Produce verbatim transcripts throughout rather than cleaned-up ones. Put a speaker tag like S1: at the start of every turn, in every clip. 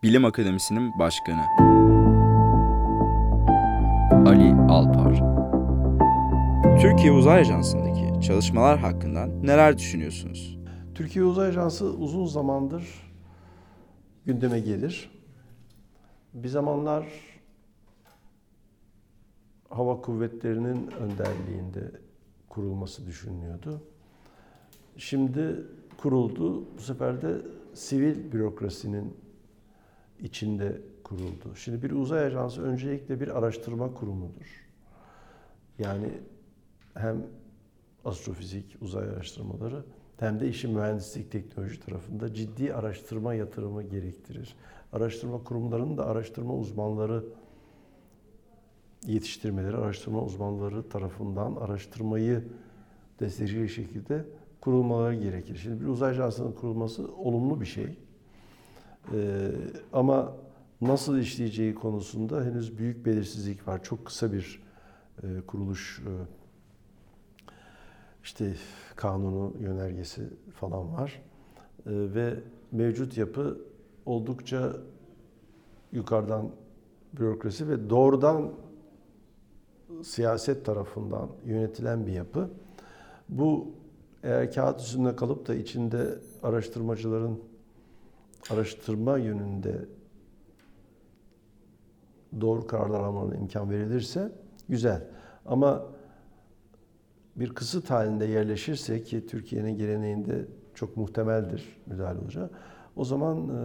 S1: Bilim Akademisi'nin başkanı Ali Alpar. Türkiye Uzay Ajansı'ndaki çalışmalar hakkında neler düşünüyorsunuz?
S2: Türkiye Uzay Ajansı uzun zamandır gündeme gelir. Bir zamanlar hava kuvvetlerinin önderliğinde kurulması düşünülüyordu. Şimdi kuruldu. Bu sefer de sivil bürokrasinin içinde kuruldu. Şimdi bir uzay ajansı öncelikle bir araştırma kurumudur. Yani hem astrofizik, uzay araştırmaları hem de işin mühendislik, teknoloji tarafında ciddi araştırma yatırımı gerektirir. Araştırma kurumlarının da araştırma uzmanları yetiştirmeleri, araştırma uzmanları tarafından araştırmayı destekleyecek şekilde kurulmaları gerekir. Şimdi bir uzay ajansının kurulması olumlu bir şey. Ee, ama nasıl işleyeceği konusunda henüz büyük belirsizlik var. Çok kısa bir e, kuruluş e, işte kanunu, yönergesi falan var. E, ve mevcut yapı oldukça yukarıdan bürokrasi ve doğrudan siyaset tarafından yönetilen bir yapı. Bu eğer kağıt üstünde kalıp da içinde araştırmacıların araştırma yönünde doğru kararlar almalarına imkan verilirse güzel. Ama bir kısıt halinde yerleşirse ki Türkiye'nin geleneğinde çok muhtemeldir müdahale olacağı, o zaman e,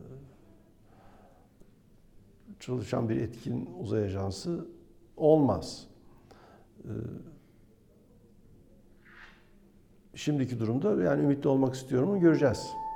S2: çalışan bir etkin uzay ajansı olmaz. E, şimdiki durumda yani ümitli olmak istiyorum ama göreceğiz.